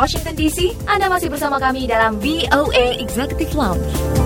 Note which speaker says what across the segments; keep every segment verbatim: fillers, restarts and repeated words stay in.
Speaker 1: Washington D C, Anda masih bersama kami dalam V O A Executive Lounge.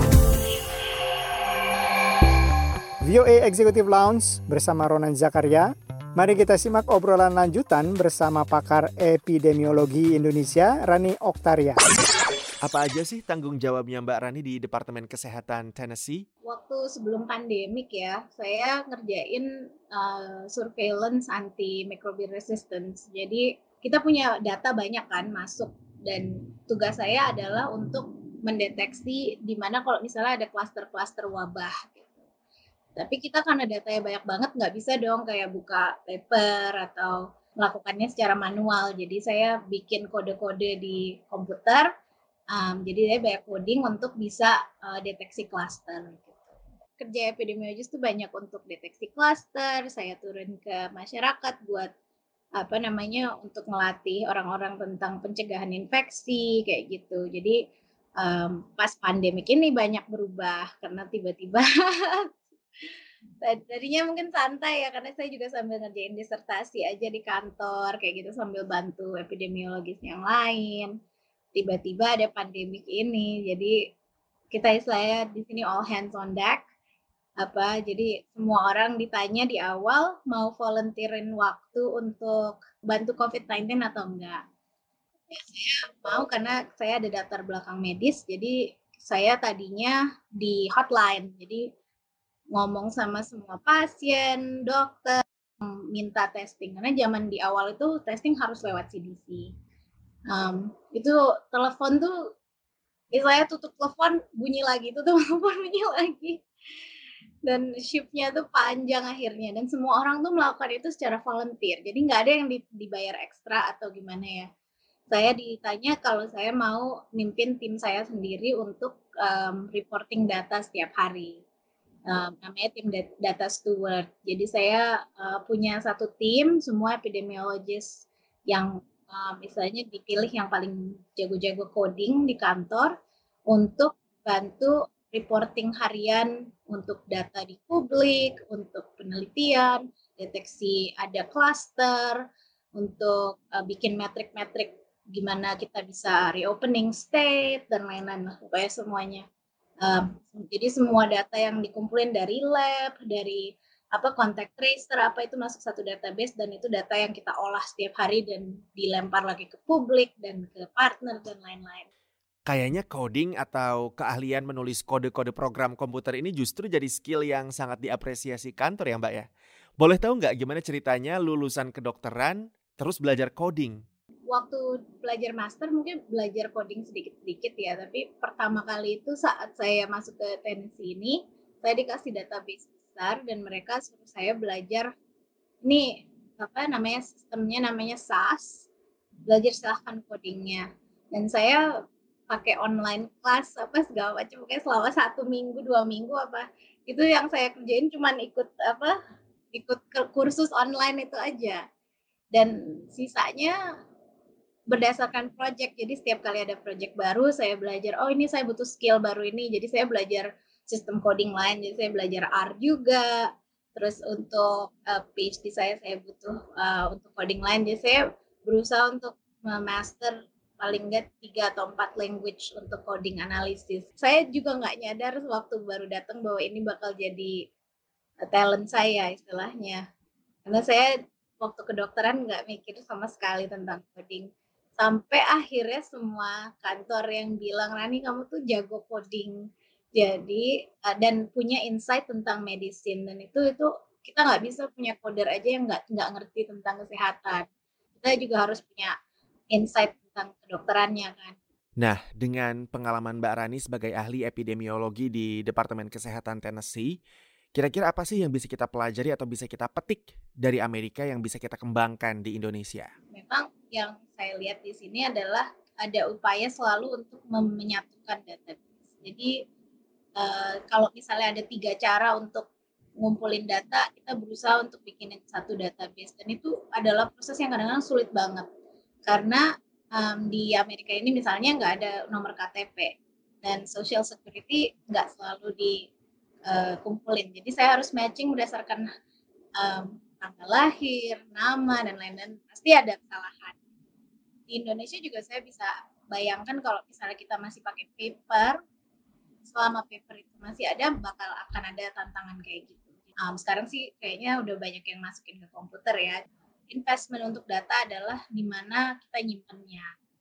Speaker 2: V O A Executive Lounge bersama Ronan Zakaria. Mari kita simak obrolan lanjutan bersama pakar epidemiologi Indonesia, Rani Oktaria.
Speaker 3: Apa aja sih tanggung jawabnya Mbak Rani di Departemen Kesehatan Tennessee?
Speaker 4: Waktu sebelum pandemik ya, saya ngerjain uh, surveillance antimicrobial resistance. Jadi kita punya data banyak kan masuk, dan tugas saya adalah untuk mendeteksi di mana kalau misalnya ada klaster-klaster wabah. Gitu. Tapi kita karena datanya banyak banget, nggak bisa dong kayak buka paper atau melakukannya secara manual. Jadi saya bikin kode-kode di komputer. Um, jadi saya banyak coding untuk bisa uh, deteksi klaster. Gitu. Kerja epidemiologis itu banyak untuk deteksi klaster. Saya turun ke masyarakat buat apa namanya untuk melatih orang-orang tentang pencegahan infeksi kayak gitu. Jadi um, pas pandemik ini banyak berubah karena tiba-tiba tadinya mungkin santai ya, karena saya juga sambil ngerjain disertasi aja di kantor kayak gitu sambil bantu epidemiologis yang lain. Tiba-tiba ada pandemik ini, jadi kita istilahnya di sini all hands on deck. Apa, jadi semua orang ditanya di awal mau volunteerin waktu untuk bantu covid sembilan belas atau enggak. Ya, saya mau karena saya ada latar belakang medis, jadi saya tadinya di hotline, jadi ngomong sama semua pasien, dokter, minta testing, karena zaman di awal itu testing harus lewat C D C. Um, itu telepon tuh, saya tutup telepon bunyi lagi, tutup telepon bunyi lagi, dan shiftnya tuh panjang akhirnya, dan semua orang tuh melakukan itu secara volunteer, jadi nggak ada yang dibayar ekstra atau gimana ya. Saya ditanya kalau saya mau mimpin tim saya sendiri untuk um, reporting data setiap hari, um, namanya tim data steward. Jadi saya uh, punya satu tim, semua epidemiologis yang Uh, misalnya dipilih yang paling jago-jago coding di kantor untuk bantu reporting harian untuk data di publik, untuk penelitian, deteksi ada cluster, untuk uh, bikin metrik-metrik gimana kita bisa reopening state dan lain-lain, pokoknya semuanya. Um, jadi semua data yang dikumpulin dari lab, dari apa contact tracer, apa itu masuk satu database, dan itu data yang kita olah setiap hari dan dilempar lagi ke publik dan ke partner dan lain-lain.
Speaker 3: Kayaknya coding atau keahlian menulis kode-kode program komputer ini justru jadi skill yang sangat diapresiasi kantor ya Mbak ya. Boleh tahu nggak gimana ceritanya lulusan kedokteran terus belajar coding?
Speaker 4: Waktu belajar master mungkin belajar coding sedikit-sedikit ya, tapi pertama kali itu saat saya masuk ke Tennessee ini, saya dikasih database dan mereka suruh saya belajar ini apa namanya sistemnya namanya S A S, belajar silahkan codingnya, dan saya pakai online class apa segala macam, pokoknya selama satu minggu dua minggu apa itu yang saya kerjain cuman ikut apa ikut kursus online itu aja, dan sisanya berdasarkan project. Jadi setiap kali ada project baru saya belajar, oh ini saya butuh skill baru ini, jadi saya belajar sistem coding lain, jadi saya belajar R juga. Terus untuk uh, PhD saya saya butuh uh, untuk coding lain, jadi saya berusaha untuk master paling nggak tiga atau empat language untuk coding analisis. Saya juga nggak nyadar waktu baru datang bahwa ini bakal jadi uh, talent saya istilahnya, karena saya waktu kedokteran nggak mikir sama sekali tentang coding. Sampai akhirnya semua kantor yang bilang, Rani kamu tuh jago coding, jadi uh, dan punya insight tentang medicine, dan itu itu kita nggak bisa punya coder aja yang nggak nggak ngerti tentang kesehatan. Kita juga harus punya insight tentang kedokterannya kan.
Speaker 3: Nah, dengan pengalaman Mbak Rani sebagai ahli epidemiologi di Departemen Kesehatan Tennessee, kira-kira apa sih yang bisa kita pelajari atau bisa kita petik dari Amerika yang bisa kita kembangkan di Indonesia?
Speaker 4: Memang yang saya lihat di sini adalah ada upaya selalu untuk menyatukan database. Jadi Uh, kalau misalnya ada tiga cara untuk ngumpulin data, kita berusaha untuk bikinin satu database, dan itu adalah proses yang kadang-kadang sulit banget karena um, di Amerika ini misalnya nggak ada nomor K T P dan social security nggak selalu dikumpulin, uh, jadi saya harus matching berdasarkan um, tanggal lahir, nama dan lain-lain, pasti ada kesalahan. di Indonesia juga saya bisa bayangkan kalau misalnya kita masih pakai paper, selama paper itu masih ada, bakal akan ada tantangan kayak gitu. Um, sekarang sih kayaknya udah banyak yang masukin ke komputer ya. Investment untuk data adalah di mana kita nyimpennya.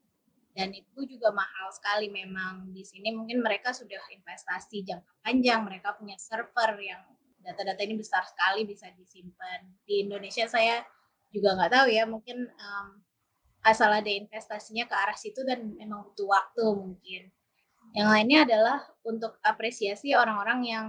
Speaker 4: Dan itu juga mahal sekali memang. Di sini mungkin mereka sudah investasi jangka panjang, mereka punya server yang data-data ini besar sekali bisa disimpan. Di Indonesia saya juga nggak tahu ya, mungkin um, asal ada investasinya ke arah situ dan memang butuh waktu mungkin. Yang lainnya adalah untuk apresiasi orang-orang yang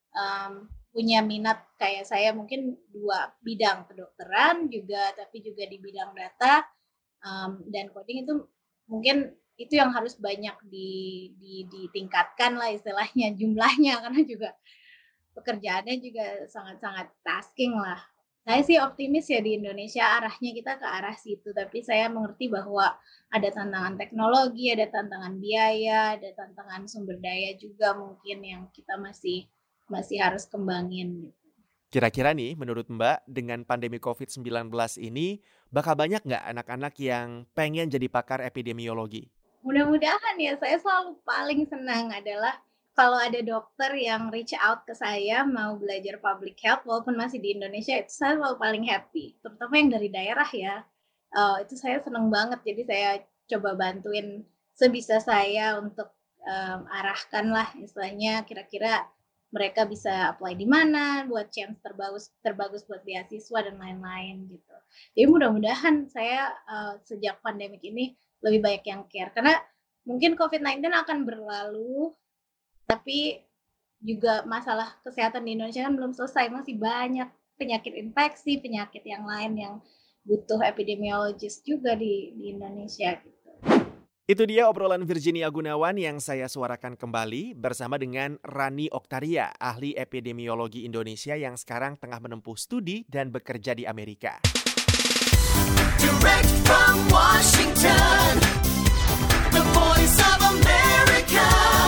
Speaker 4: um, punya minat kayak saya, mungkin dua bidang, kedokteran juga, tapi juga di bidang data um, dan coding itu mungkin itu yang harus banyak di, di, ditingkatkan lah istilahnya jumlahnya, karena juga pekerjaannya juga sangat-sangat tasking lah. Saya sih optimis ya di Indonesia arahnya kita ke arah situ, tapi saya mengerti bahwa ada tantangan teknologi, ada tantangan biaya, ada tantangan sumber daya juga mungkin yang kita masih masih harus kembangin.
Speaker 3: Kira-kira nih menurut Mbak, dengan pandemi covid sembilan belas ini bakal banyak nggak anak-anak yang pengen jadi pakar epidemiologi?
Speaker 4: Mudah-mudahan ya, saya selalu paling senang adalah kalau ada dokter yang reach out ke saya mau belajar public health walaupun masih di Indonesia, itu saya selalu paling happy. Terutama yang dari daerah ya, uh, itu saya seneng banget. Jadi saya coba bantuin sebisa saya untuk um, arahkan lah istilahnya kira-kira mereka bisa apply di mana, buat chance terbagus terbagus buat beasiswa dan lain-lain gitu. Jadi mudah-mudahan saya uh, sejak pandemik ini lebih banyak yang care, karena mungkin covid sembilan belas akan berlalu, tapi juga masalah kesehatan di Indonesia kan belum selesai, masih banyak penyakit infeksi, penyakit yang lain yang butuh epidemiologis juga di, di Indonesia gitu.
Speaker 3: Itu dia obrolan Virginia Gunawan yang saya suarakan kembali bersama dengan Rani Oktaria, ahli epidemiologi Indonesia yang sekarang tengah menempuh studi dan bekerja di Amerika. Direct from Washington, the voice of America.